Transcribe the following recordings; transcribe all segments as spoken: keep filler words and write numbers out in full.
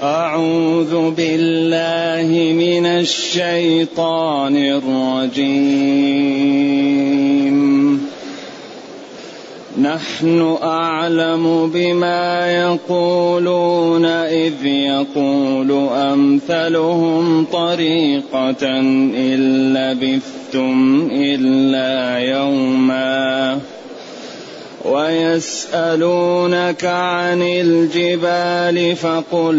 أعوذ بالله من الشيطان الرجيم. نحن أعلم بما يقولون إذ يقول أمثلهم طريقة إن لبثتم إلا يوما ويسألونك عن الجبال فقل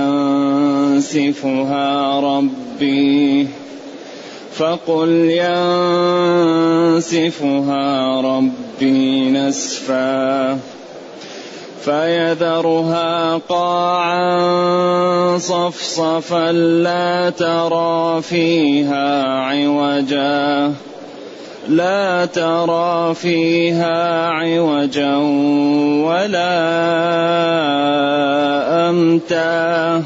ينسفها ربي فقل ينسفها ربي نسفا فيذرها قاعا صفصفا لا ترى فيها عوجا لا ترى فيها عوجا ولا أمتا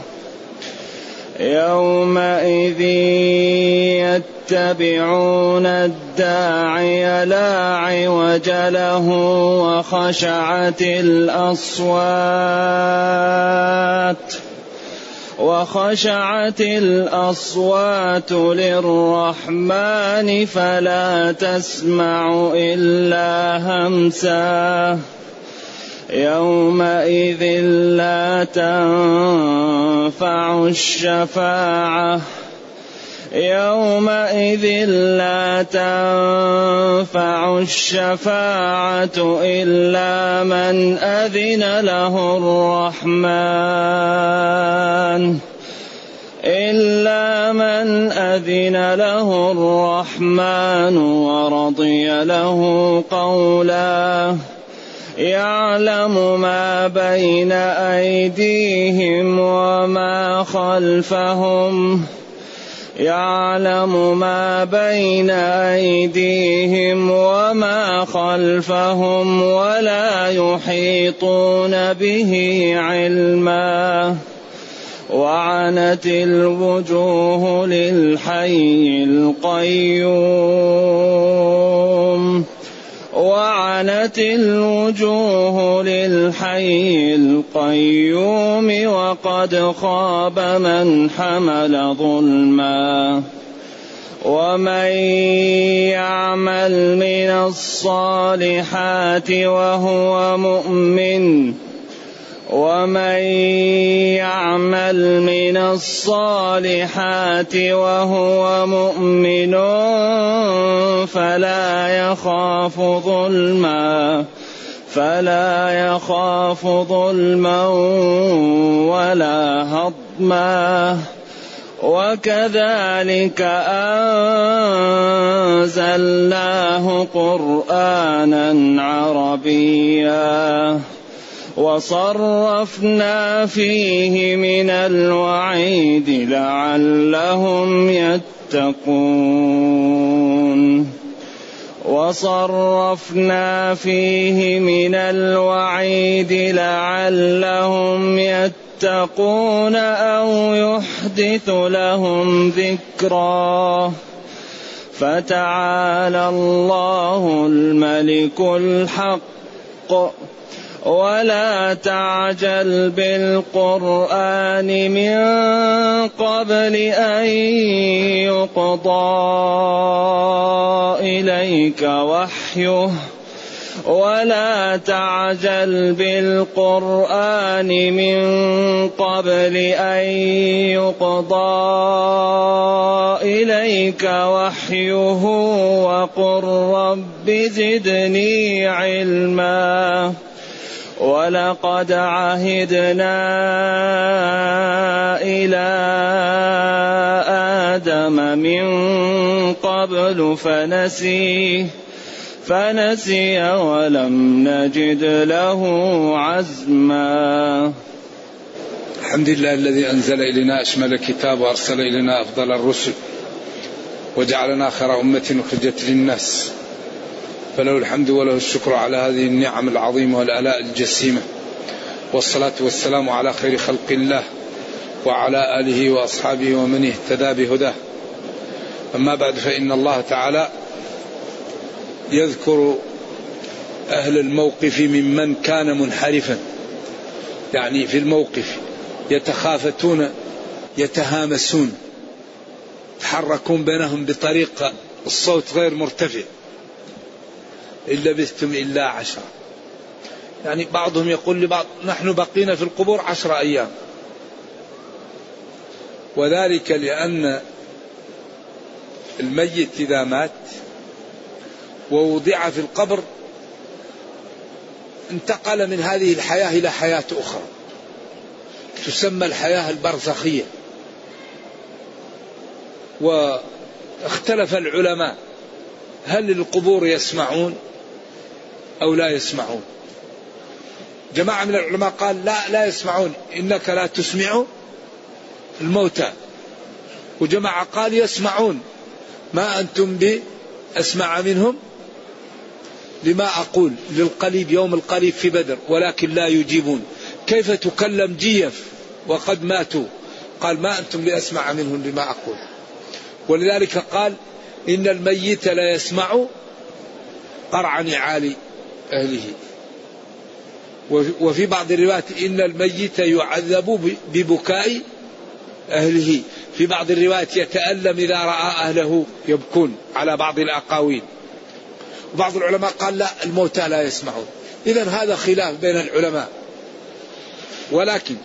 يومئذ يتبعون الداعي لا عوج له وخشعت الأصوات وخشعت الأصوات للرحمن فلا تسمع إلا همسا يومئذ لا تنفع الشفاعة يومئذ لا تنفع الشفاعة إلا من أذن له الرحمن إلا من أذن له الرحمن ورضي له قولا يعلم ما بين أيديهم وما خلفهم يعلم ما بين أيديهم وما خلفهم ولا يحيطون به علما وعنت الوجوه للحي القيوم وعنت الوجوه للحي القيوم وقد خاب من حمل ظلما ومن يعمل من الصالحات وهو مؤمن ومن يعمل من الصالحات وهو مؤمن فلا يخاف ظلما فلا يخاف ظلما ولا هضما وكذلك أنزلناه قرآنا عربيا وصرفنا فيه من الوعيد لعلهم يتقون وصرفنا فيه من الوعيد لعلهم يتقون أو يحدث لهم ذكرا فتعالى الله الملك الحق ولا تعجل بالقرآن من قبل أن يقضى إليك وحيه ولا تعجل بالقرآن من قبل أن يقضى إليك وحيه وقل رب زدني علما ولقد عهدنا إلى آدم من قبل فنسي فنسي ولم نجد له عزما. الحمد لله الذي أنزل إلينا أشمل الكتاب وأرسل إلينا أفضل الرسل وجعلنا خير أمة أخرجت للناس فله الحمد وله الشكر على هذه النعم العظيمة والآلاء الجسيمة والصلاة والسلام على خير خلق الله وعلى آله وأصحابه ومن اهتدى بهداه. أما بعد فإن الله تعالى يذكر أهل الموقف ممن كان منحرفا، يعني في الموقف يتخافتون يتهامسون، يتحركون بينهم بطريقة الصوت غير مرتفع. إن لبثتم إلا عشرة، يعني بعضهم يقول لبعض نحن بقينا في القبور عشر أيام، وذلك لأن الميت إذا مات ووضع في القبر انتقل من هذه الحياة إلى حياة أخرى تسمى الحياة البرزخية. واختلف العلماء هل القبور يسمعون أو لا يسمعون. جماعة من العلماء قال لا لا يسمعون، إنك لا تسمع الموتى. وجماعة قال يسمعون، ما أنتم بأسمع منهم لما أقول للقليب يوم القليب في بدر ولكن لا يجيبون. كيف تكلم جيف وقد ماتوا؟ قال ما أنتم بأسمع منهم لما أقول. ولذلك قال إن الميت لا يسمع قرع نعال أهله. وفي بعض الروايات إن الميت يعذب ببكاء أهله. في بعض الروايات يتألم إذا رأى أهله يبكون على بعض الأقاويل. وبعض العلماء قال لا الموتى لا يسمعون. إذن هذا خلاف بين العلماء. ولكن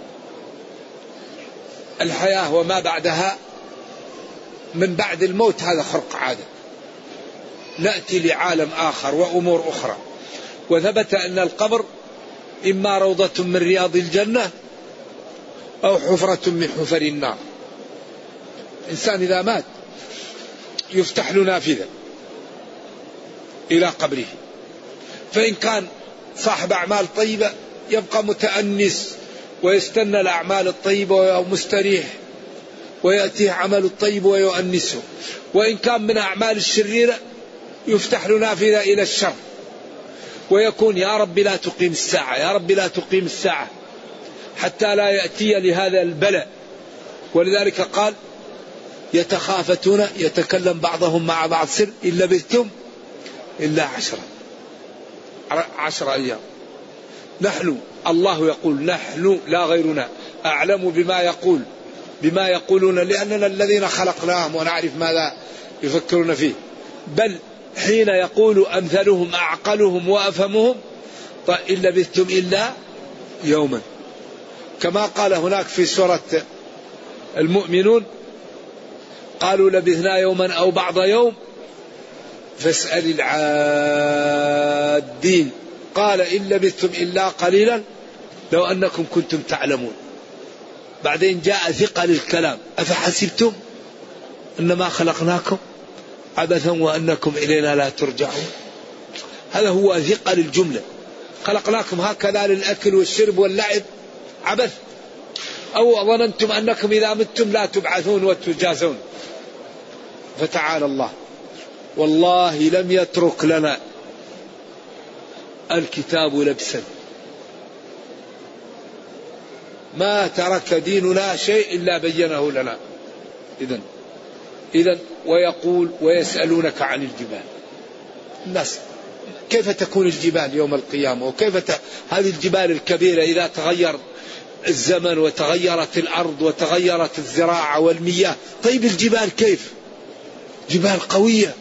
الحياة وما بعدها من بعد الموت هذا خرق عادة، نأتي لعالم آخر وأمور أخرى. وثبت أن القبر إما روضة من رياض الجنة أو حفرة من حفر النار. إنسان إذا مات يفتح له نافذة إلى قبره، فإن كان صاحب أعمال طيبة يبقى متأنس ويستنى الأعمال الطيبة ومستريح ويأتيه عمل الطيب ويؤنسه. وإن كان من أعمال الشريرة يفتح له نافذة إلى الشر ويكون يا رب لا تقيم الساعة يا رب لا تقيم الساعة حتى لا يأتي لهذا البلاء. ولذلك قال يتخافتون يتكلم بعضهم مع بعض سر إن لبثتم إلا عشرة عشر أيام. نحن الله يقول نحن لا غيرنا أعلم بما يقول بما يقولون لأننا الذين خلقناهم ونعرف ماذا يفكرون فيه. بل حين يقول أمثلهم أعقلهم وأفهمهم إن لبثتم إلا يوما، كما قال هناك في سورة المؤمنون قالوا لبثنا يوما أو بعض يوم فاسأل العادين قال إن لبثتم إلا قليلا لو أنكم كنتم تعلمون. بعدين جاء ثقل الكلام أفحسبتم أنما خلقناكم عبثا وأنكم إلينا لا ترجعون. هذا هو ثقل الجملة. خلقناكم هكذا للأكل والشرب واللعب عبث، أو ظننتم أنكم إذا متم لا تبعثون وتجازون. فتعالى الله. والله لم يترك لنا الكتاب لبسا، ما ترك ديننا شيء إلا بينه لنا. إذن إذن ويقول ويسألونك عن الجبال. الناس كيف تكون الجبال يوم القيامة؟ وكيف ت... هذه الجبال الكبيرة إذا تغير الزمن وتغيرت الأرض وتغيرت الزراعة والمياه، طيب الجبال كيف؟ جبال قوية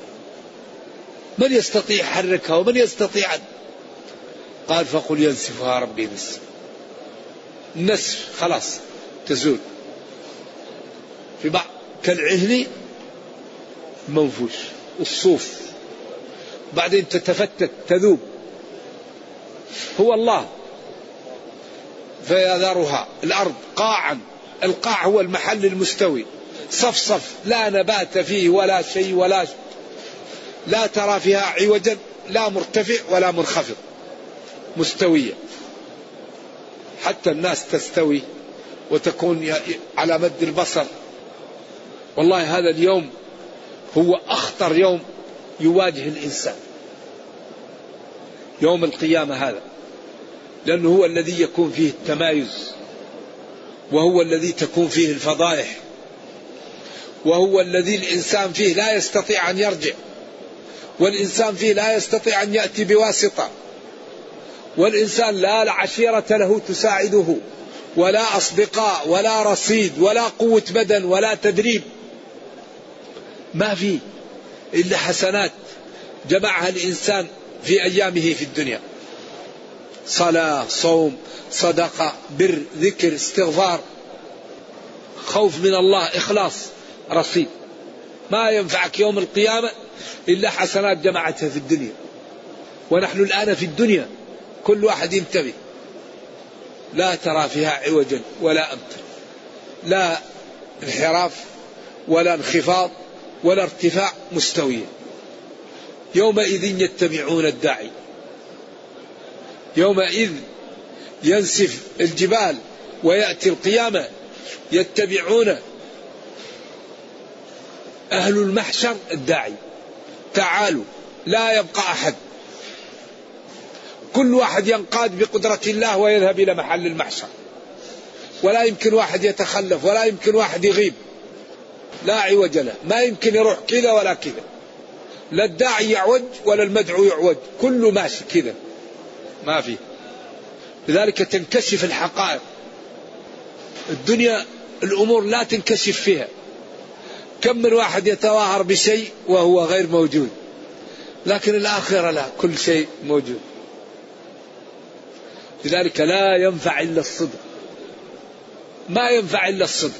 من يستطيع حركها ومن يستطيع؟ قال فقل ينسفها ربي نسفا. النسف خلاص تزول. في بعض كالعهن منفوش الصوف، بعدين تتفتت تذوب. هو الله فيذرها الأرض قاعا. القاع هو المحل المستوي صفصف لا نبات فيه ولا شيء ولا شيء. لا ترى فيها عوجا لا مرتفع ولا منخفض، مستوية. حتى الناس تستوي وتكون على مد البصر. والله هذا اليوم هو أخطر يوم يواجه الإنسان، يوم القيامة هذا، لأنه هو الذي يكون فيه التمايز، وهو الذي تكون فيه الفضائح، وهو الذي الإنسان فيه لا يستطيع أن يرجع، والإنسان فيه لا يستطيع أن يأتي بواسطة، والإنسان لا عشيرة له تساعده ولا أصدقاء ولا رصيد ولا قوة بدن ولا تدريب، ما في إلا حسنات جمعها الإنسان في أيامه في الدنيا، صلاة، صوم، صدقة، بر، ذكر، استغفار، خوف من الله، إخلاص، رصيد. ما ينفعك يوم القيامة إلا حسنات جمعتها في الدنيا. ونحن الآن في الدنيا كل واحد ينتبه، لا ترى فيها عوجا ولا أمتا، لا انحراف ولا انخفاض ولا ارتفاع، مستوية. يومئذ يتبعون الداعي، يومئذ ينسف الجبال ويأتي القيامة يتبعون أهل المحشر الداعي، تعالوا، لا يبقى أحد، كل واحد ينقاد بقدرة الله ويذهب إلى محل المحشر، ولا يمكن واحد يتخلف ولا يمكن واحد يغيب، لا عوج له، ما يمكن يروح كذا ولا كذا، لا الداعي يعوج ولا المدعو يعوج، كله ماشي كذا، ما في. لذلك تنكشف الحقائق. الدنيا الأمور لا تنكشف فيها. كم من واحد يتظاهر بشيء وهو غير موجود، لكن الآخرة لا، كل شيء موجود. لذلك لا ينفع إلا الصدق، ما ينفع إلا الصدق.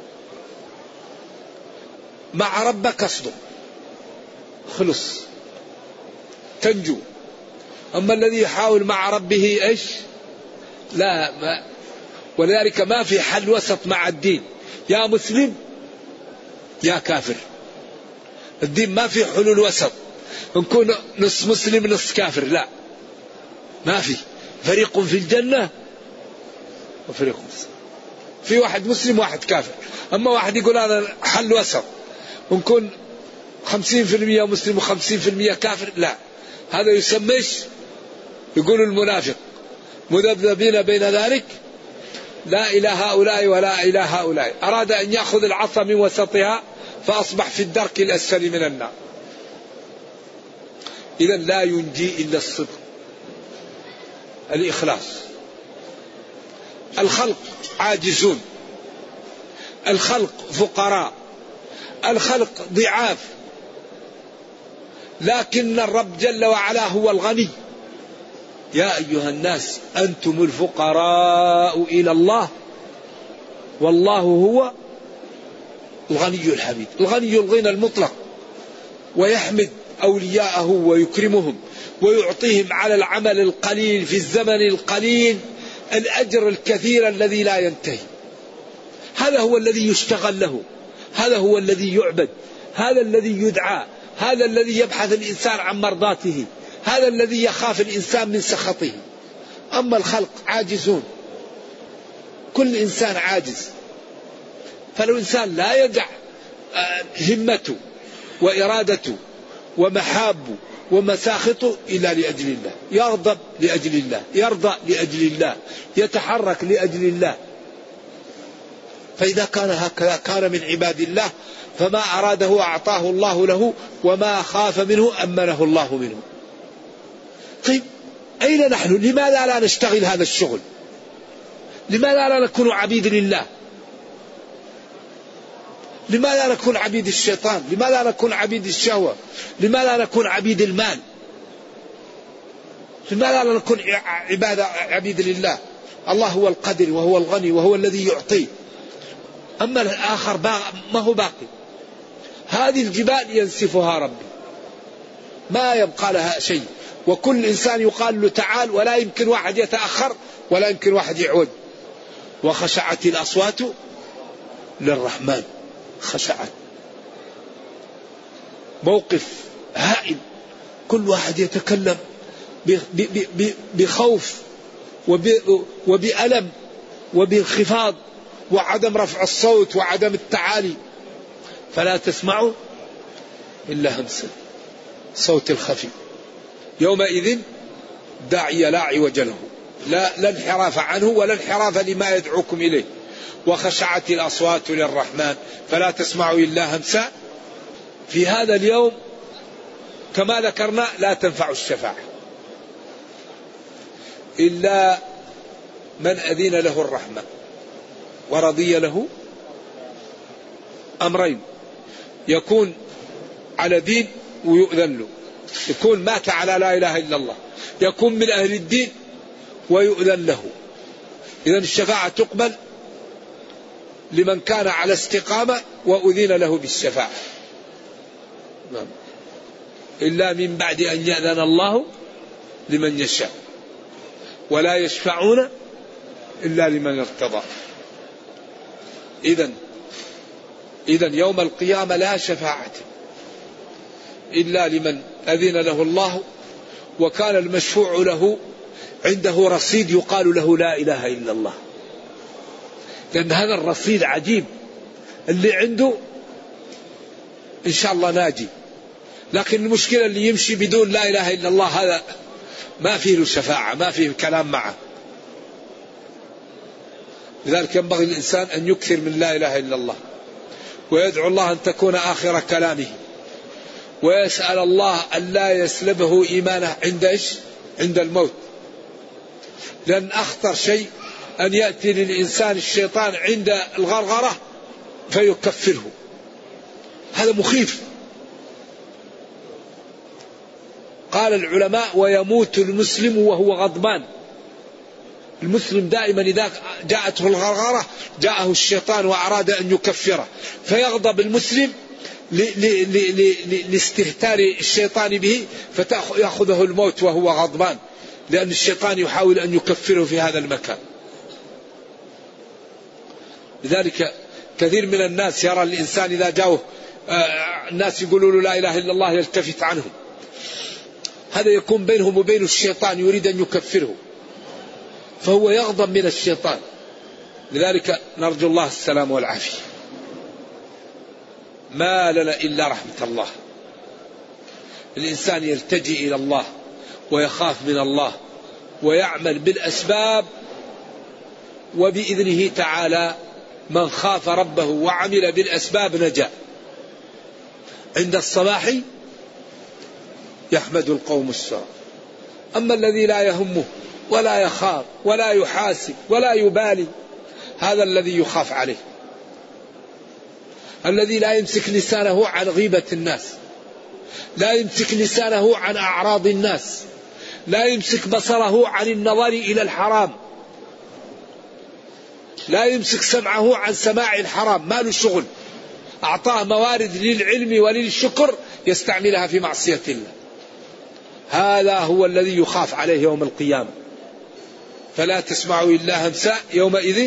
مع ربك اصدق، خلص، تنجو. أما الذي يحاول مع ربه إيش؟ لا ما. ولذلك ما في حل وسط مع الدين، يا مسلم يا كافر. الدين ما في حلول وسط، نكون نص مسلم نص كافر، لا، ما في. فريق في الجنة وفريق في في واحد مسلم واحد كافر. أما واحد يقول هذا حل وسط ونكون خمسين في المية مسلم وخمسين في المية كافر، لا، هذا يسميش، يقول المنافق مذبذبين بين ذلك، لا إلى هؤلاء ولا إلى هؤلاء. أراد أن يأخذ العصا من وسطها فأصبح في الدرك الأسفل من النار. إذا لا ينجي إلا الصدق، الإخلاص. الخلق عاجزون، الخلق فقراء، الخلق ضعاف، لكن الرب جل وعلا هو الغني. يا أيها الناس أنتم الفقراء إلى الله والله هو الغني الحميد. الغني الغنى المطلق، ويحمد أولياءه ويكرمهم ويعطيهم على العمل القليل في الزمن القليل الأجر الكثير الذي لا ينتهي. هذا هو الذي يشتغل له، هذا هو الذي يعبد، هذا الذي يدعى، هذا الذي يبحث الإنسان عن مرضاته، هذا الذي يخاف الإنسان من سخطه. أما الخلق عاجزون، كل إنسان عاجز. فلو إنسان لا يدع همته وإرادته ومحابه ومساخطه إلا لأجل الله، يغضب لأجل الله، يرضى لأجل الله، يتحرك لأجل الله. فإذا كان هكذا كان من عباد الله، فما أراده أعطاه الله له، وما خاف منه أمنه الله منه. طيب أين نحن؟ لماذا لا نشتغل هذا الشغل؟ لماذا لا نكون عبيد لله؟ لماذا نكون عبيد الشيطان؟ لماذا نكون عبيد الشهوة؟ لماذا نكون عبيد المال؟ لماذا لا نكون عباد عبيد لله؟ الله هو القادر وهو الغني وهو الذي يعطي، أما الآخر ما هو باقي. هذه الجبال ينسفها ربي، ما يبقى لها شيء، وكل إنسان يقال له تعال، ولا يمكن واحد يتأخر ولا يمكن واحد يعود. وخشعت الأصوات للرحمن، خشعت، موقف هائل، كل واحد يتكلم بخوف وبألم وبانخفاض وعدم رفع الصوت وعدم التعالي، فلا تسمعوا إلا همسا، صوت الخفي. يومئذ داعي لا عوج له، لا, لا انحراف عنه ولا انحراف لما يدعوكم إليه. وخشعت الأصوات للرحمن فلا تسمعوا إلا همسا. في هذا اليوم كما ذكرنا لا تنفع الشفاعة إلا من أذن له الرحمن ورضي له أمرين: يكون على دين ويؤذن له، يكون مات على لا إله إلا الله، يكون من أهل الدين ويؤذن له. إذن الشفاعة تقبل لمن كان على استقامة وأذن له بالشفاعة. نعم. إلا من بعد أن يأذن الله لمن يشاء ولا يشفعون إلا لمن ارتضى. إذن إذن يوم القيامة لا شفاعة إلا لمن أذن له الله وكان المشفوع له عنده رصيد يقال له لا إله إلا الله. لأن هذا الرصيد عجيب، اللي عنده إن شاء الله ناجي، لكن المشكلة اللي يمشي بدون لا إله إلا الله هذا ما فيه له شفاعة، ما فيه كلام معه. لذلك ينبغي الإنسان أن يكثر من لا إله إلا الله ويدعو الله أن تكون آخر كلامه، ويسأل الله أن لا يسلبه إيمانه عند إيش؟ عند الموت. لأن أخطر شيء أن يأتي للإنسان الشيطان عند الغرغرة فيكفره، هذا مخيف. قال العلماء: ويموت المسلم وهو غضبان. المسلم دائما إذا جاءته الغرغرة جاءه الشيطان وأراد أن يكفره، فيغضب المسلم لاستهتار الشيطان به فتأخذه الموت وهو غضبان، لأن الشيطان يحاول أن يكفره في هذا المكان. لذلك كثير من الناس يرى الإنسان إذا جاءه الناس يقولوا له لا إله إلا الله يلتفت عنهم، هذا يكون بينهم وبين الشيطان يريد أن يكفره، فهو يغضب من الشيطان. لذلك نرجو الله السلام والعافية. ما لنا إلا رحمة الله. الإنسان يلتجئ إلى الله ويخاف من الله ويعمل بالأسباب، وبإذنه تعالى من خاف ربه وعمل بالأسباب نجا. عند الصباح يحمد القوم السرى. أما الذي لا يهمه ولا يخاف ولا يحاسب ولا يبالي، هذا الذي يخاف عليه. الذي لا يمسك لسانه عن غيبة الناس، لا يمسك لسانه عن أعراض الناس، لا يمسك بصره عن النظر إلى الحرام، لا يمسك سمعه عن سماع الحرام، ما له شغل. أعطاه موارد للعلم وللشكر يستعملها في معصية الله. هذا هو الذي يخاف عليه يوم القيامة. فلا تسمعوا إلا همساء يومئذ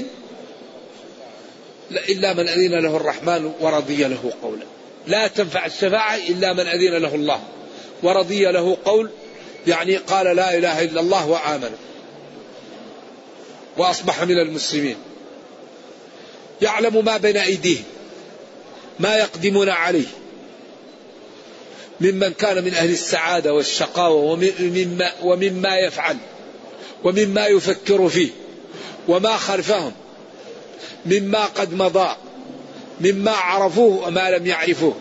إلا من أذن له الرحمن ورضي له قولا. لا تنفع الشفاعة إلا من أذن له الله ورضي له قول، يعني قال لا إله إلا الله وآمن وأصبح من المسلمين. يعلم ما بين أيديه ما يقدمون عليه ممن كان من أهل السعادة والشقاوة ومما, ومما يفعل ومما يفكر فيه، وما خلفهم مما قد مضى، مما عرفوه وما لم يعرفوه،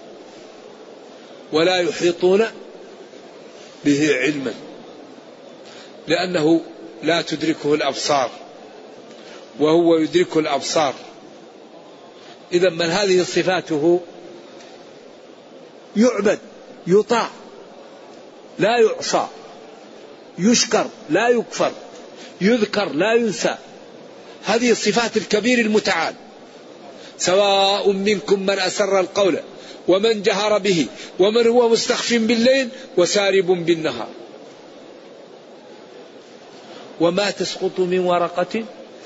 ولا يحيطون به علما لأنه لا تدركه الأبصار وهو يدرك الأبصار. إذا من هذه صفاته يعبد يطاع لا يعصى، يشكر لا يكفر، يذكر لا ينسى. هذه الصفات الكبير المتعال. سواء منكم من أسر القول ومن جهر به ومن هو مستخف بالليل وسارب بالنهار. وما تسقط من ورقة،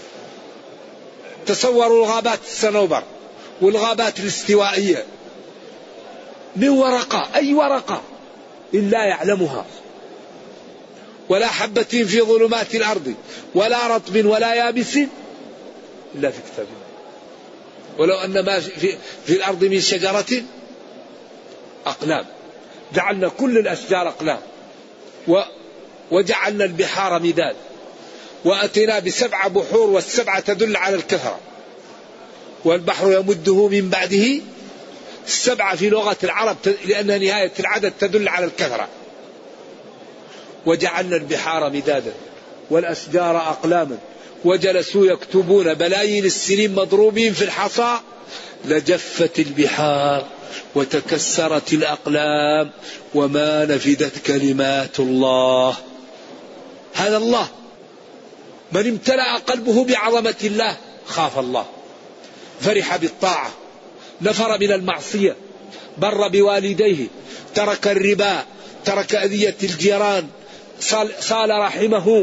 تصوروا الغابات الصنوبر والغابات الاستوائية، من ورقة، أي ورقة إلا يعلمها، ولا حبة في ظلمات الأرض ولا رطب ولا يابس إلا في كتاب. ولو أن ما في, في الأرض من شجرة أقلام، جعلنا كل الأشجار أقلام، وجعلنا البحار مداد، وأتينا بسبع بحور والسبعة تدل على الكثرة، والبحر يمده من بعده السبعة في لغة العرب لأنها نهاية العدد تدل على الكثرة. وجعلنا البحار مدادا والأشجار أقلاما وجلسوا يكتبون بلايين السنين مضروبين في الحصى لجفت البحار وتكسرت الأقلام وما نفدت كلمات الله. هذا الله. من امتلأ قلبه بعظمة الله خاف الله، فرح بالطاعة، نفر من المعصية، بر بوالديه، ترك الربا، ترك أذية الجيران، صال رحمه،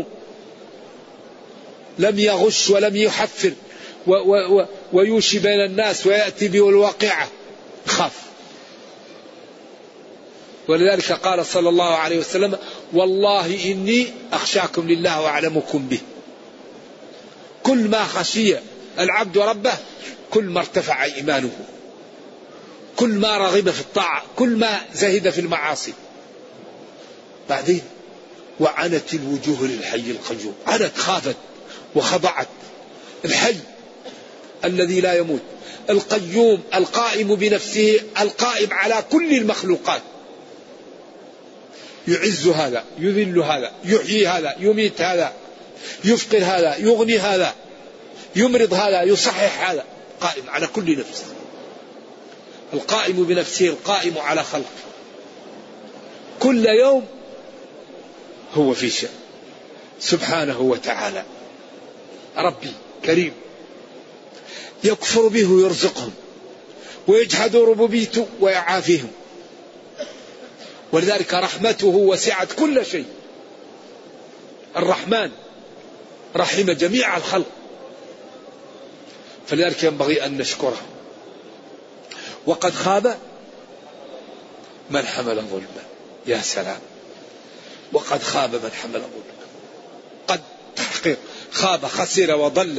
لم يغش ولم يحفر و و و ويوشي بين الناس ويأتي به الواقعة، خاف. ولذلك قال صلى الله عليه وسلم: والله إني أخشاكم لله وأعلمكم به. كل ما خشي العبد ربه كل ما ارتفع إيمانه، كل ما رغب في الطاعة، كل ما زهد في المعاصي. بعدين وعنت الوجوه للحي القيوم، عنت، خافت وخضعت. الحي الذي لا يموت، القيوم القائم بنفسه، القائم على كل المخلوقات، يعز هذا، يذل هذا، يحيي هذا، يميت هذا، يفقر هذا، يغني هذا، يمرض هذا، يصحح هذا، قائم على كل نفس. القائم بنفسه، القائم على خلقه، كل يوم هو في شأن سبحانه وتعالى. ربي كريم، يكفر به ويرزقهم، ويجحد ربوبيته ويعافيهم. ولذلك رحمته وسعت كل شيء. الرحمن رحم جميع الخلق، فلذلك ينبغي أن نشكره. وقد خاب من حمل ظلما. يا سلام، وقد خاب من حمل ظلما. قد تحقيق، خاب خسر وضل.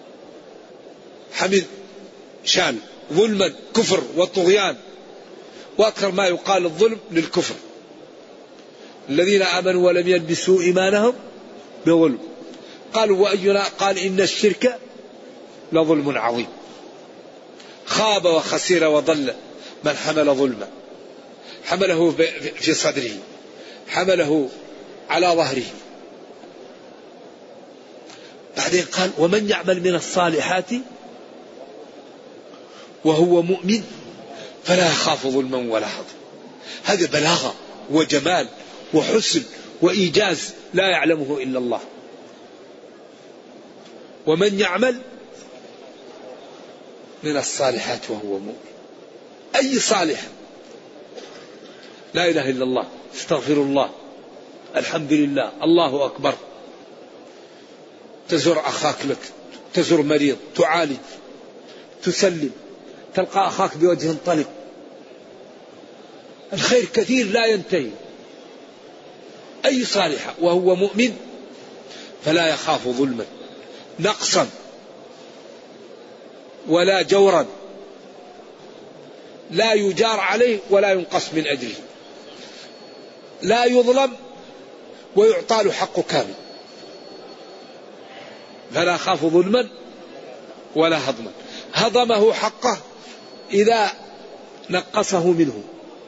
حمل شان ظلما، كفر وطغيان. وأكثر ما يقال الظلم للكفر. الذين آمنوا ولم يلبسوا إيمانهم بظلم قالوا وأينا، قال إن الشرك لظلم عظيم. خاب وخسر وضل من حمل ظلما، حمله في صدره، حمله على ظهره. بعدين قال ومن يعمل من الصالحات وهو مؤمن فلا يخاف ظلما ولا حظا. هذا بلاغة وجمال وحسن وإيجاز لا يعلمه إلا الله. ومن يعمل من الصالحات وهو مؤمن، أي صالح، لا إله إلا الله، استغفر الله، الحمد لله، الله أكبر، تزور أخاك لك، تزور مريض، تعالج، تسلم، تلقى أخاك بوجه طلق، الخير كثير لا ينتهي. أي صالحة وهو مؤمن فلا يخاف ظلما، نقصا ولا جورا، لا يجار عليه ولا ينقص من أجله، لا يظلم ويعطى له حقه كامل. فلا خاف ظلما ولا هضما. هضمه حقه إذا نقصه منه،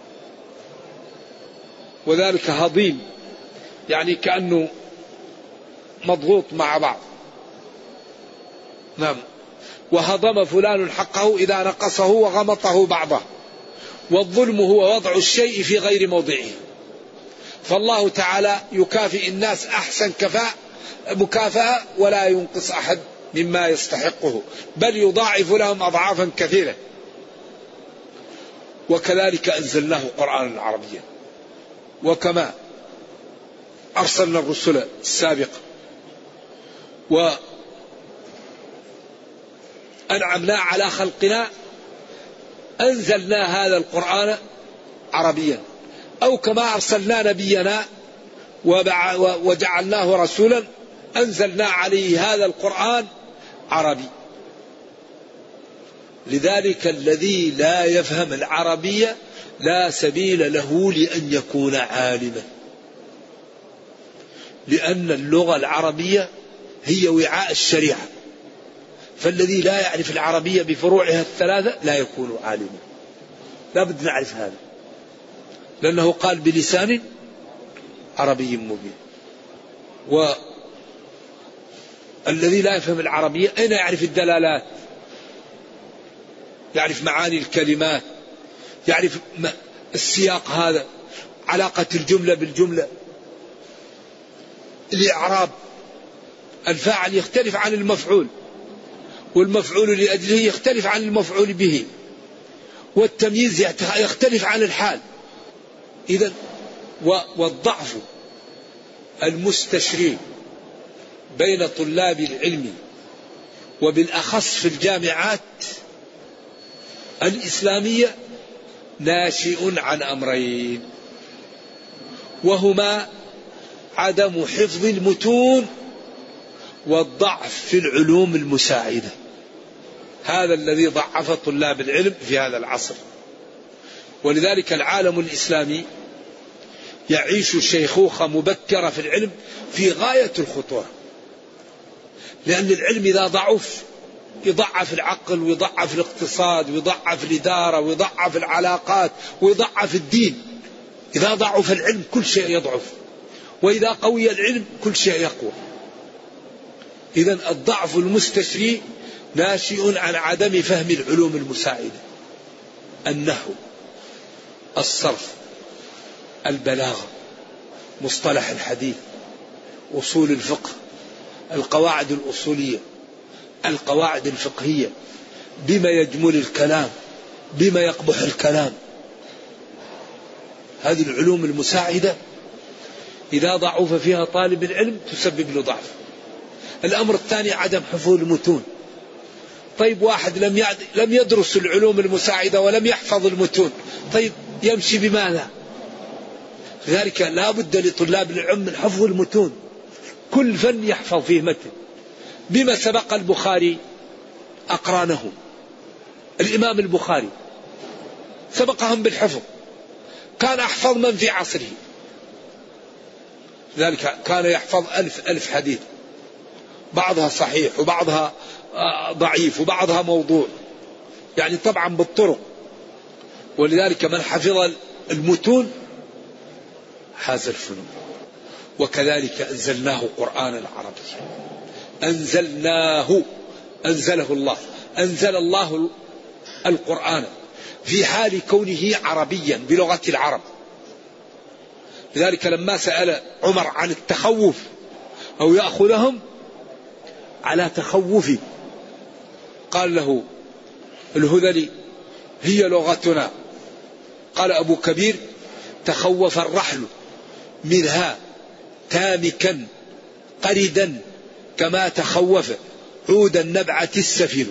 وذلك هضيم يعني كأنه مضغوط مع بعض. نعم. وهضم فلان حقه إذا نقصه وغمطه بعضه. والظلم هو وضع الشيء في غير موضعه. فالله تعالى يكافئ الناس أحسن كفاء مكافأة ولا ينقص أحد مما يستحقه، بل يضاعف لهم أضعافا كثيرة. وكذلك أنزلناه قرآنا عربيا. وكما أرسلنا الرسل السابقة وأنعمنا على خلقنا أنزلنا هذا القرآن عربيا. أو كما أرسلنا نبينا وجعلناه رسولا أنزلنا عليه هذا القرآن عربي. لذلك الذي لا يفهم العربية لا سبيل له لأن يكون عالما، لأن اللغة العربية هي وعاء الشريعة. فالذي لا يعرف العربية بفروعها الثلاثة لا يكون عالما. لا بد نعرف هذا، لأنه قال بلسان عربي مبين. الذي لا يفهم العربية أين يعرف الدلالات؟ يعرف معاني الكلمات، يعرف السياق هذا، علاقة الجملة بالجملة، الإعراب. الفاعل يختلف عن المفعول، والمفعول لأجله يختلف عن المفعول به، والتمييز يختلف عن الحال. إذن والضعف المستشري بين طلاب العلم وبالأخص في الجامعات الإسلامية ناشئ عن أمرين، وهما عدم حفظ المتون والضعف في العلوم المساعدة. هذا الذي ضعف طلاب العلم في هذا العصر. ولذلك العالم الإسلامي يعيش شيخوخة مبكرة في العلم في غاية الخطورة، لأن العلم إذا ضعف يضعف العقل ويضعف الاقتصاد ويضعف الإدارة ويضعف العلاقات ويضعف الدين. إذا ضعف العلم كل شيء يضعف، وإذا قوي العلم كل شيء يقوى. إذن الضعف المستشري ناشئ عن عدم فهم العلوم المساعدة، النحو، الصرف، البلاغة، مصطلح الحديث، أصول الفقه، القواعد الأصولية، القواعد الفقهية، بما يجمل الكلام، بما يقبح الكلام. هذه العلوم المساعدة إذا ضعف فيها طالب العلم تسبب له ضعف. الأمر الثاني عدم حفظ المتون. طيب واحد لم لم يدرس العلوم المساعدة ولم يحفظ المتون، طيب يمشي بماذا؟ لذلك لا بد لطلاب العلم من حفظ المتون، كل فن يحفظ فيه متن. بما سبق البخاري أقرانه، الإمام البخاري سبقهم بالحفظ، كان أحفظ من في عصره. لذلك كان يحفظ ألف ألف حديث، بعضها صحيح وبعضها ضعيف وبعضها موضوع، يعني طبعا بالطرق. ولذلك من حفظ المتون حاز الفنون. وكذلك أنزلناه قرآنا عربيا، أنزلناه، أنزله الله، أنزل الله القرآن في حال كونه عربيا بلغة العرب. لذلك لما سأل عمر عن التخوف أو يأخذهم على تخوف، قال له الهذلي هي لغتنا. قال أبو كبير تخوف الرحل منها تامكا قردا كما تخوف عود النبعة السفل.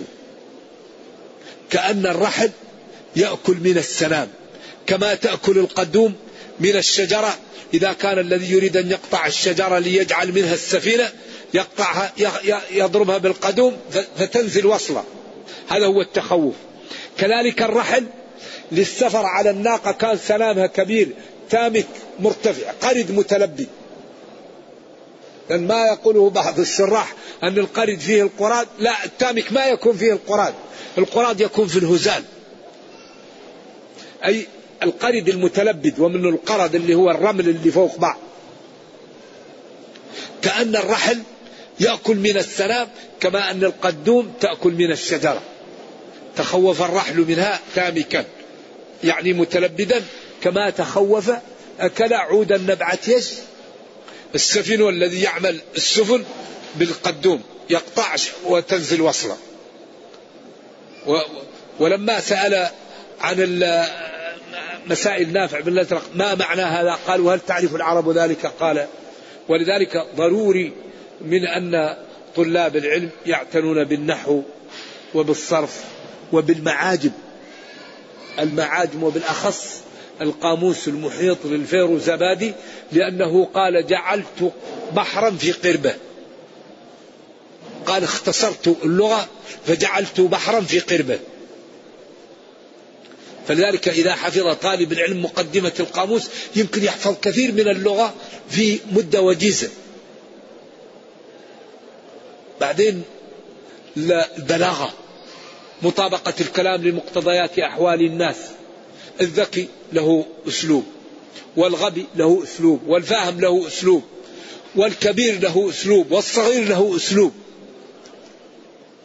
كأن الرحل يأكل من السنام كما تأكل القدوم من الشجرة. إذا كان الذي يريد أن يقطع الشجرة ليجعل منها السفينة يقطعها يضربها بالقدوم فتنزل وصلة، هذا هو التخوف. كذلك الرحل للسفر على الناقة كان سنامها كبير تامك مرتفع قرد متلبي، لأن ما يقوله بعض الشراح أن القرد فيه القراد، لا، التامك ما يكون فيه القراد، القراد يكون في الهزال، أي القرد المتلبد، ومن القرد اللي هو الرمل اللي فوق بعض. كأن الرحل يأكل من السنام كما أن القدوم تأكل من الشجرة. تخوف الرحل منها تامكا يعني متلبدا كما تخوف أكل عود النبعة السفن الذي يعمل السفن بالقدوم يقطع وتنزل وصله. ولما سأل عن مسائل نافع بن الأزرق ما معنى هذا، قال وهل تعرف العرب ذلك؟ قال ولذلك ضروري من أن طلاب العلم يعتنون بالنحو وبالصرف وبالمعاجم، المعاجم وبالأخص القاموس المحيط للفيروزبادي، لأنه قال جعلت بحرا في قربة، قال اختصرت اللغة فجعلت بحرا في قربة. فلذلك إذا حفظ طالب العلم مقدمة القاموس يمكن يحفظ كثير من اللغة في مدة وجيزة. بعدين البلاغة، مطابقة الكلام لمقتضيات أحوال الناس. الذكي له أسلوب، والغبي له أسلوب، والفاهم له أسلوب، والكبير له أسلوب، والصغير له أسلوب.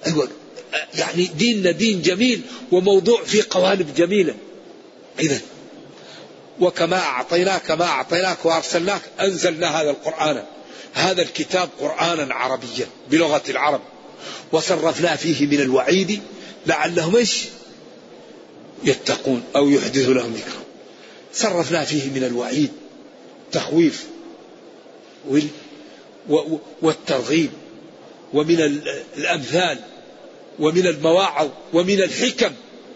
أيوة يعني ديننا دين جميل وموضوع فيه قوالب جميلة. إذن وكما أعطيناك ما أعطيناك وأرسلناك أنزلنا هذا القرآن هذا الكتاب قرآنا عربيا بلغة العرب وصرفنا فيه من الوعيد لعلهم ايش يتقون أو يحدث لهم ذكرا. صرفنا فيه من الوعيد تخويف والترغيب ومن الأمثال ومن المواعظ ومن الحكم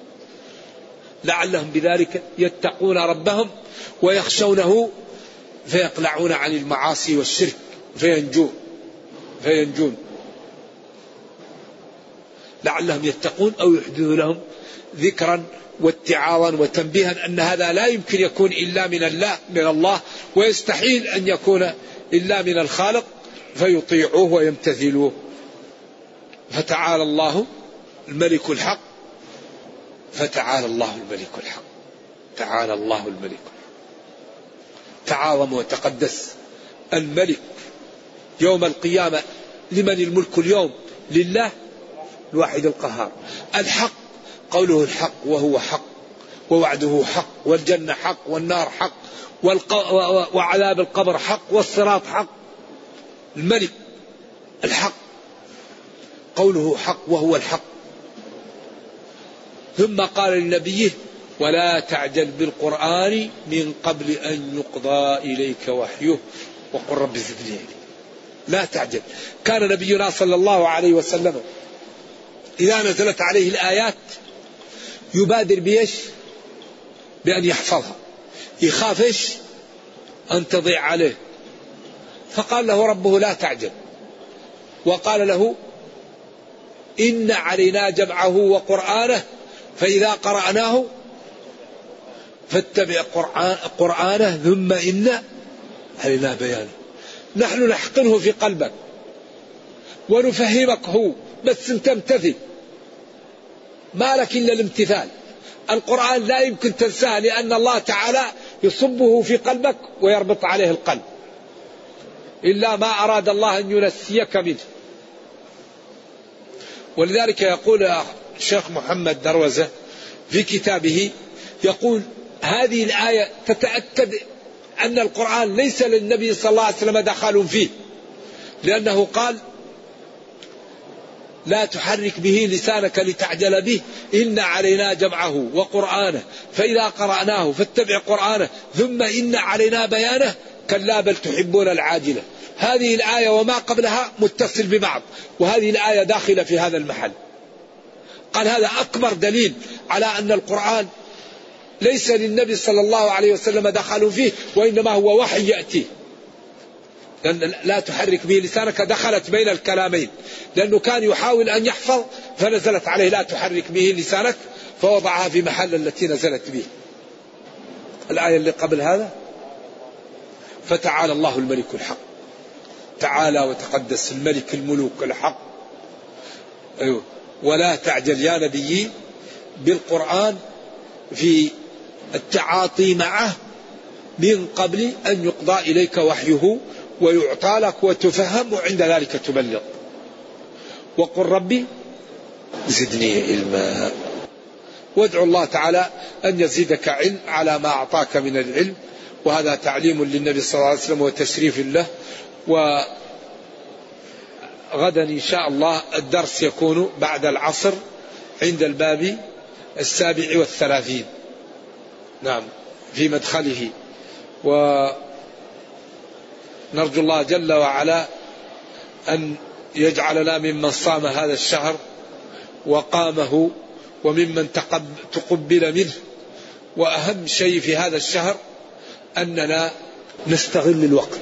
لعلهم بذلك يتقون ربهم ويخشونه فيقلعون عن المعاصي والشرك فينجون فينجون لعلهم يتقون أو يحدث لهم ذكرا واتعاظا وتنبيها أن هذا لا يمكن يكون إلا من الله من الله ويستحيل أن يكون إلا من الخالق فيطيعوه ويمتثلوه. فتعالى الله الملك الحق فتعالى الله الملك الحق تعالى الله الملك الحق. تعاظم وتقدس الملك يوم القيامة. لمن الملك اليوم؟ لله الواحد القهار. الحق قوله الحق وهو حق ووعده حق والجنة حق والنار حق وعذاب القبر حق والصراط حق. الملك الحق قوله حق وهو الحق. ثم قال لنبيه ولا تعجل بالقرآن من قبل أن يقضى إليك وحيه وقل رب زدني علما. لا تعجل. كان نبينا صلى الله عليه وسلم إذا نزلت عليه الآيات يبادر بيش بأن يحفظها يخاف إيش أن تضيع عليه. فقال له ربه لا تعجل وقال له إن علينا جمعه وقرآنه فإذا قرأناه فاتبع قرآن قرآنه ثم إن علينا بيانه. نحن نحقنه في قلبك ونفهمك هو بس انت امتثل ما لك إلا الامتثال. القرآن لا يمكن تنساه لأن الله تعالى يصبه في قلبك ويربط عليه القلب إلا ما أراد الله أن ينسيك منه. ولذلك يقول الشيخ محمد دروزة في كتابه يقول هذه الآية تتأكد أن القرآن ليس للنبي صلى الله عليه وسلم دخل فيه لأنه قال لا تحرك به لسانك لتعجل به إن علينا جمعه وقرآنه فإذا قرأناه فاتبع قرآنه ثم إن علينا بيانه كلا بل تحبون العاجلة. هذه الآية وما قبلها متصل ببعض وهذه الآية داخلة في هذا المحل. قال هذا أكبر دليل على أن القرآن ليس للنبي صلى الله عليه وسلم دخل فيه وإنما هو وحي يأتيه. لأن لا تحرك به لسانك دخلت بين الكلامين لأنه كان يحاول أن يحفظ فنزلت عليه لا تحرك به لسانك فوضعها في محل التي نزلت به. الآية اللي قبل هذا فتعالى الله الملك الحق. تعالى وتقدس الملك الملوك الحق. أيوه. ولا تعجل يا نبي بالقرآن في التعاطي معه من قبل أن يقضى إليك وحيه ويعطى لك وتفهم وعند ذلك تبلغ. وقل ربي زدني علما. وادعو الله تعالى أن يزيدك علم على ما أعطاك من العلم وهذا تعليم للنبي صلى الله عليه وسلم وتشريف له. وغدا إن شاء الله الدرس يكون بعد العصر عند الباب السابع والثلاثين نعم في مدخله. ونرجو الله جل وعلا أن يجعلنا ممن صام هذا الشهر وقامه وممن تقبل منه. وأهم شيء في هذا الشهر أننا نستغل الوقت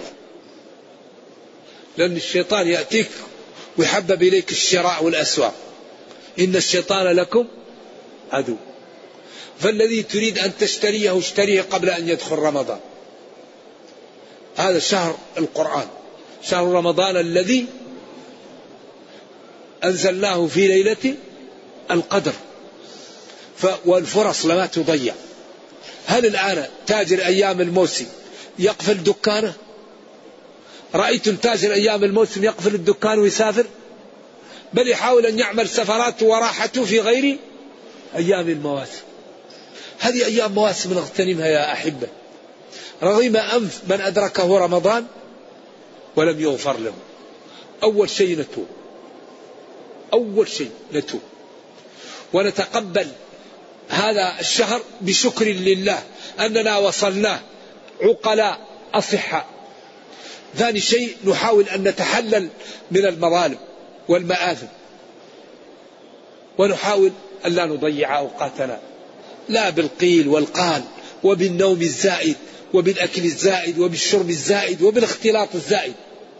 لأن الشيطان يأتيك ويحبب إليك الشراء والأسواق. إن الشيطان لكم عدو فالذي تريد أن تشتريه اشتريه قبل أن يدخل رمضان. هذا شهر القرآن شهر رمضان الذي أنزلناه في ليلة القدر والفرص لما تضيع. هل الآن تاجر أيام الموسم يقفل دكانه؟ رأيتم تاجر أيام الموسم يقفل الدكان ويسافر؟ بل يحاول أن يعمل سفراته وراحته في غير أيام المواسم. هذه أيام مواسم نغتنمها يا أحبة. رغم أنف من أدركه رمضان ولم يغفر له. أول شيء نتوب، أول شيء نتوب ونتقبل هذا الشهر بشكر لله أننا وصلناه عقلاء أصحاء. ثاني شيء نحاول أن نتحلل من المظالم والمآثم، ونحاول أن لا نضيع أوقاتنا لا بالقيل والقال وبالنوم الزائد وبالأكل الزائد وبالشرب الزائد وبالاختلاط الزائد.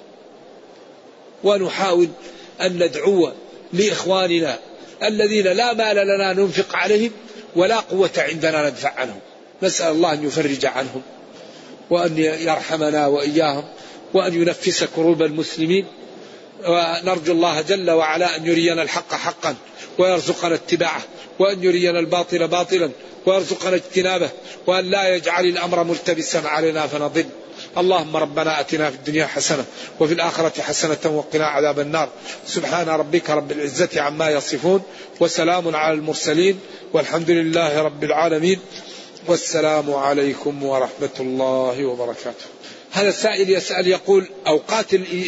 ونحاول أن ندعو لإخواننا الذين لا مال لنا ننفق عليهم ولا قوة عندنا ندفع عنهم. نسأل الله أن يفرج عنهم وأن يرحمنا وإياهم وأن ينفس كروب المسلمين. ونرجو الله جل وعلا أن يرينا الحق حقا ويرزقنا اتباعه، وأن يرينا الباطل باطلا ويرزقنا اجتنابه، وأن لا يجعل الأمر ملتبسا علينا فنضل. اللهم ربنا أتنا في الدنيا حسنة وفي الآخرة حسنة وقنا عذاب النار. سبحان ربك رب العزة عما يصفون وسلام على المرسلين والحمد لله رب العالمين، والسلام عليكم ورحمة الله وبركاته. هذا السائل يسأل يقول أوقات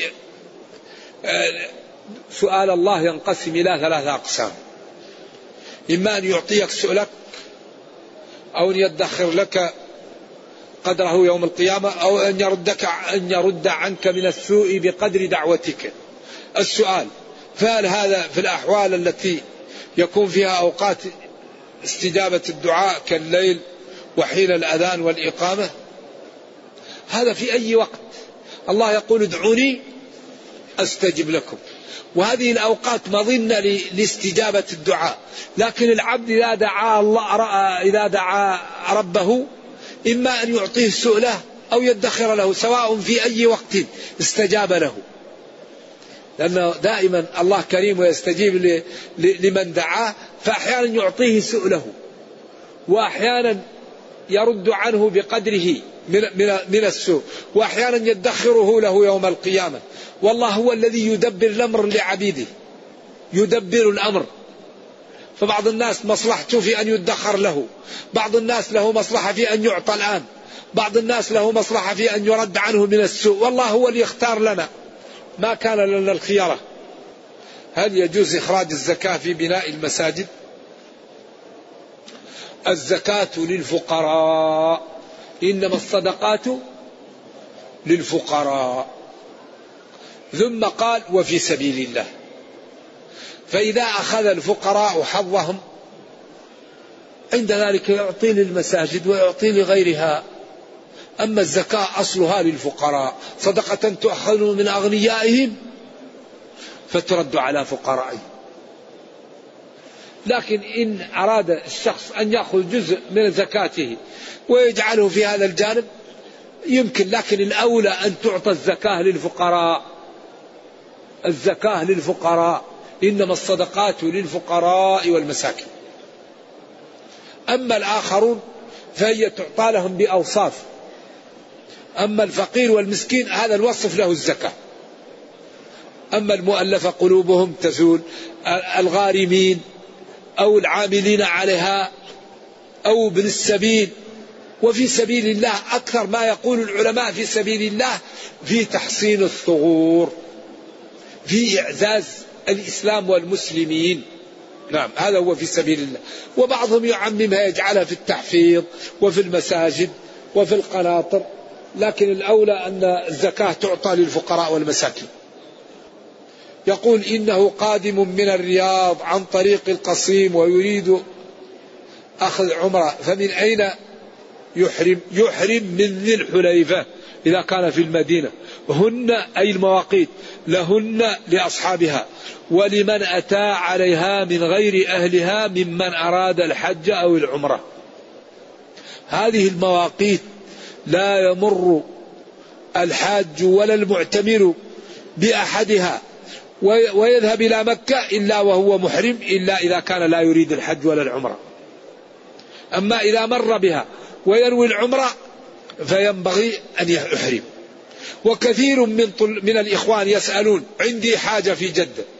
سؤال الله ينقسم إلى ثلاثة أقسام: إما أن يعطيك سؤلك، أو أن يدخر لك قدره يوم القيامة، أو أن يردك أن يرد عنك من السوء بقدر دعوتك. السؤال: فهل هذا في الأحوال التي يكون فيها أوقات استجابة الدعاء كالليل وحين الأذان والإقامة؟ هذا في أي وقت. الله يقول ادعوني أستجب لكم، وهذه الأوقات مظنة لاستجابة الدعاء. لكن العبد إذا دعا الله إذا دعا ربه إما أن يعطيه سؤله أو يدخر له، سواء في أي وقت استجاب له، لأنه دائما الله كريم ويستجيب لمن دعاه. فأحيانا يعطيه سؤله، وأحيانا يرد عنه بقدره من السوء، وأحيانا يدخره له يوم القيامة. والله هو الذي يدبر الأمر لعبيده، يدبر الأمر. فبعض الناس مصلحته في أن يدخر له، بعض الناس له مصلحة في أن يعطى الآن، بعض الناس له مصلحة في أن يرد عنه من السوء. والله هو اللي يختار لنا، ما كان لنا الخيارة. هل يجوز إخراج الزكاة في بناء المساجد؟ الزكاة للفقراء، إنما الصدقات للفقراء، ثم قال وفي سبيل الله. فإذا أخذ الفقراء حظهم عند ذلك يعطي للمساجد ويعطي لغيرها. أما الزكاة أصلها للفقراء، صدقة تؤخذ من أغنيائهم فترد على فقرائهم. لكن إن أراد الشخص أن يأخذ جزء من زكاته ويجعله في هذا الجانب يمكن، لكن الأولى أن تعطى الزكاة للفقراء. الزكاة للفقراء، إنما الصدقات للفقراء والمساكين. أما الآخرون فهي تعطى لهم بأوصاف. أما الفقير والمسكين هذا الوصف له الزكاة. أما المؤلفة قلوبهم تزول، الغارمين أو العاملين عليها أو ابن السبيل. وفي سبيل الله أكثر ما يقول العلماء في سبيل الله في تحصين الثغور، في إعزاز الإسلام والمسلمين. نعم، هذا هو في سبيل الله. وبعضهم يعممها يجعلها في التحفيظ وفي المساجد وفي القناطر، لكن الأولى أن الزكاة تعطى للفقراء والمساكين. يقول إنه قادم من الرياض عن طريق القصيم ويريد أخذ عمرة، فمن أين يحرم؟ يحرم من ذي الحليفة إذا كان في المدينة. هن أي المواقيت لهن لأصحابها ولمن أتى عليها من غير أهلها ممن أراد الحج أو العمرة. هذه المواقيت لا يمر الحاج ولا المعتمر بأحدها ويذهب إلى مكة إلا وهو محرم، إلا إذا كان لا يريد الحج ولا العمرة. أما إذا مر بها وينوي العمرة فينبغي أن يحرم. وكثير من, من الإخوان يسألون عندي حاجة في جدة،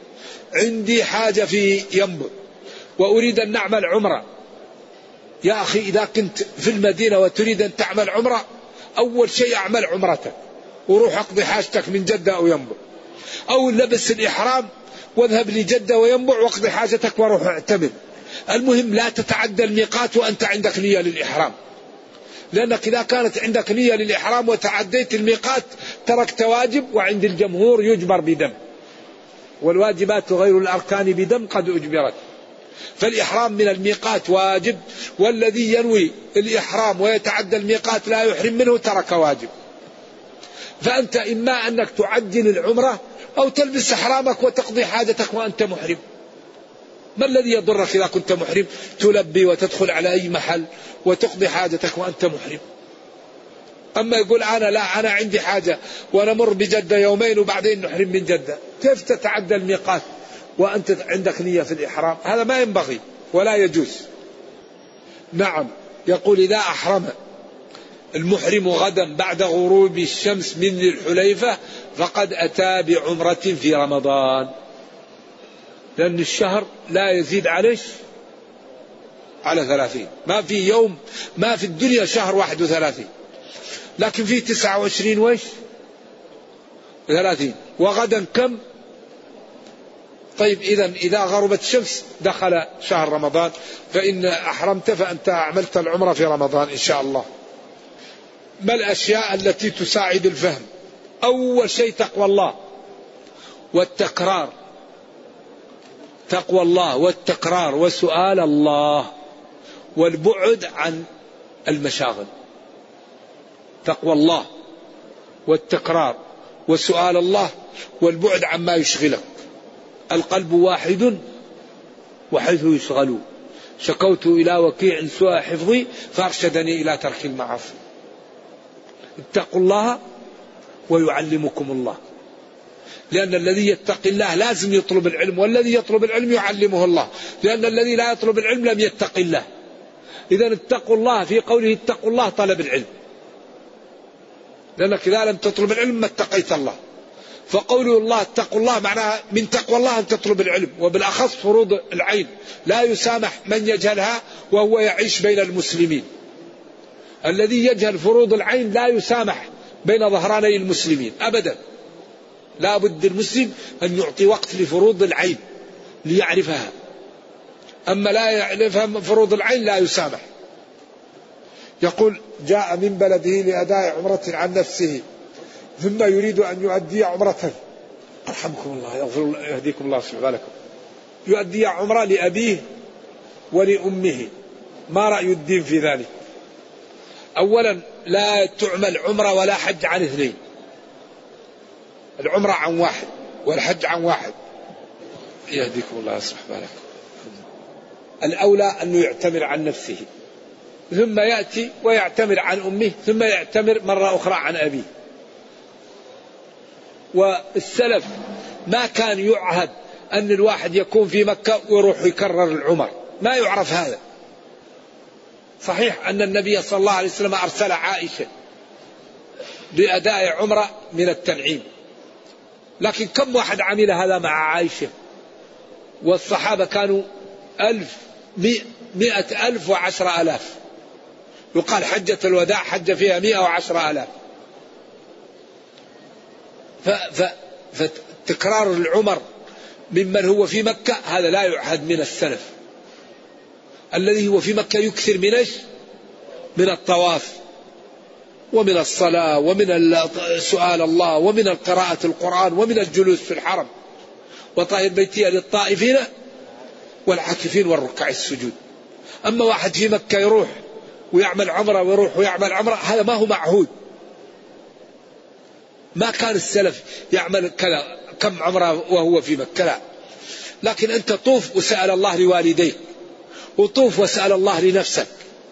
عندي حاجة في ينبع وأريد أن نعمل عمرة. يا أخي إذا كنت في المدينة وتريد أن تعمل عمرة أول شيء أعمل عمرتك وروح أقضي حاجتك من جدة أو ينبع، أو لبس الإحرام واذهب لجدة وينبع واقضي حاجتك وروح اعتمر. المهم لا تتعدى الميقات وأنت عندك نية للإحرام، لأنك إذا كانت عندك نية للإحرام وتعديت الميقات تركت واجب، وعند الجمهور يجبر بدم، والواجبات غير الأركان بدم قد أجبرت. فالإحرام من الميقات واجب، والذي ينوي الإحرام ويتعدى الميقات لا يحرم منه ترك واجب. فأنت إما أنك تعجل العمرة أو تلبس إحرامك وتقضي حاجتك وأنت محرم. ما الذي يضرك إذا كنت محرم؟ تلبي وتدخل على أي محل وتقضي حاجتك وأنت محرم. أما يقول أنا لا أنا عندي حاجة ونمر بجدة يومين وبعدين نحرم من جدة، كيف تتعدى الميقات وأنت عندك نية في الإحرام؟ هذا ما ينبغي ولا يجوز. نعم، يقول إذا أحرم المحرم غدا بعد غروب الشمس من ذي الحليفة فقد أتى بعمرة في رمضان، لأن الشهر لا يزيد عليش على ثلاثين. ما في يوم ما في الدنيا شهر واحد وثلاثين، لكن في تسعة وعشرين ويش ثلاثين، وغدا كم؟ طيب إذا إذا غربت الشمس دخل شهر رمضان، فإن أحرمت فأنت عملت العمرة في رمضان إن شاء الله. ما الأشياء التي تساعد الفهم؟ أول شيء تقوى الله والتكرار، تقوى الله والتكرار وسؤال الله والبعد عن المشاغل. تقوى الله والتكرار وسؤال الله والبعد عما يشغلك. القلب واحد وحيث يشغل، شكوت إلى وكيع سوء حفظي فارشدني إلى ترك المعاصي. اتقوا الله ويعلمكم الله، لأن الذي يتقي الله لازم يطلب العلم، والذي يطلب العلم يعلمه الله، لأن الذي لا يطلب العلم لم يتق الله. إذا اتقوا الله في قوله اتقوا الله طلب العلم، لأنك إذا لم تطلب العلم ما اتقيت الله. فقوله الله اتقوا الله معناها من تقوى الله أن تطلب العلم، وبالأخص فروض العين لا يسامح من يجهلها وهو يعيش بين المسلمين. الذي يجهل فروض العين لا يسامح بين ظهراني المسلمين أبدا. لا بد المسلم أن يعطي وقت لفروض العين ليعرفها، أما لا يعرفها فروض العين لا يسامح. يقول جاء من بلده لأداء عمرة عن نفسه ثم يريد أن يؤدي عمرة، أرحمكم الله يغفر الله يهديكم الله سبحانه لكم، يؤدي عمرة لأبيه ولأمه. ما رأي الدين في ذلك؟ أولا لا تعمل عمرة ولا حج عن اثنين، العمرة عن واحد والحج عن واحد. يهديكم الله سبحانه لكم. الأولى أنه يعتمر عن نفسه ثم يأتي ويعتمر عن أمه ثم يعتمر مرة أخرى عن أبيه. والسلف ما كان يعهد أن الواحد يكون في مكة ويروح يكرر العمر، ما يعرف هذا. صحيح أن النبي صلى الله عليه وسلم أرسل عائشة لأداء عمرة من التنعيم، لكن كم واحد عمل هذا مع عائشة؟ والصحابة كانوا ألف مئة ألف وعشر ألاف، يقال حجة الوداع حج فيها مئة وعشر ألاف. فتكرار العمر ممن هو في مكة هذا لا يعهد من السلف. الذي هو في مكة يكثر من ايش؟ من الطواف ومن الصلاة ومن سؤال الله ومن قراءة القرآن ومن الجلوس في الحرم. وطهر بيتي للطائفين والعاكفين والركع السجود. أما واحد في مكة يروح ويعمل عمرة ويروح ويعمل عمرة، هذا ما هو معهود. ما كان السلف يعمل كذا كم عمرة وهو في مكة، لا. لكن أنت طوف وسأل الله لوالديك، وطوف وسأل الله لنفسك.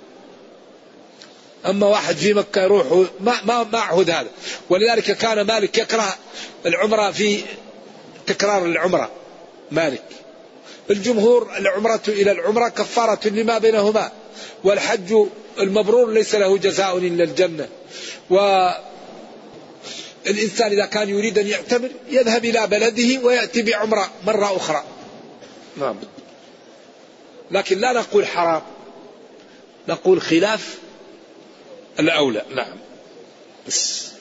أما واحد في مكة يروح ما ما معهود هذا. ولذلك كان مالك يكره العمرة في تكرار العمرة. مالك الجمهور العمرة إلى العمرة كفارة لما بينهما، والحج المبرور ليس له جزاء إلا الجنة. الإنسان إذا كان يريد أن يعتمر يذهب إلى بلده ويأتي بعمرة مرة أخرى. نعم. لكن لا نقول حرام، نقول خلاف الأولى. نعم. بس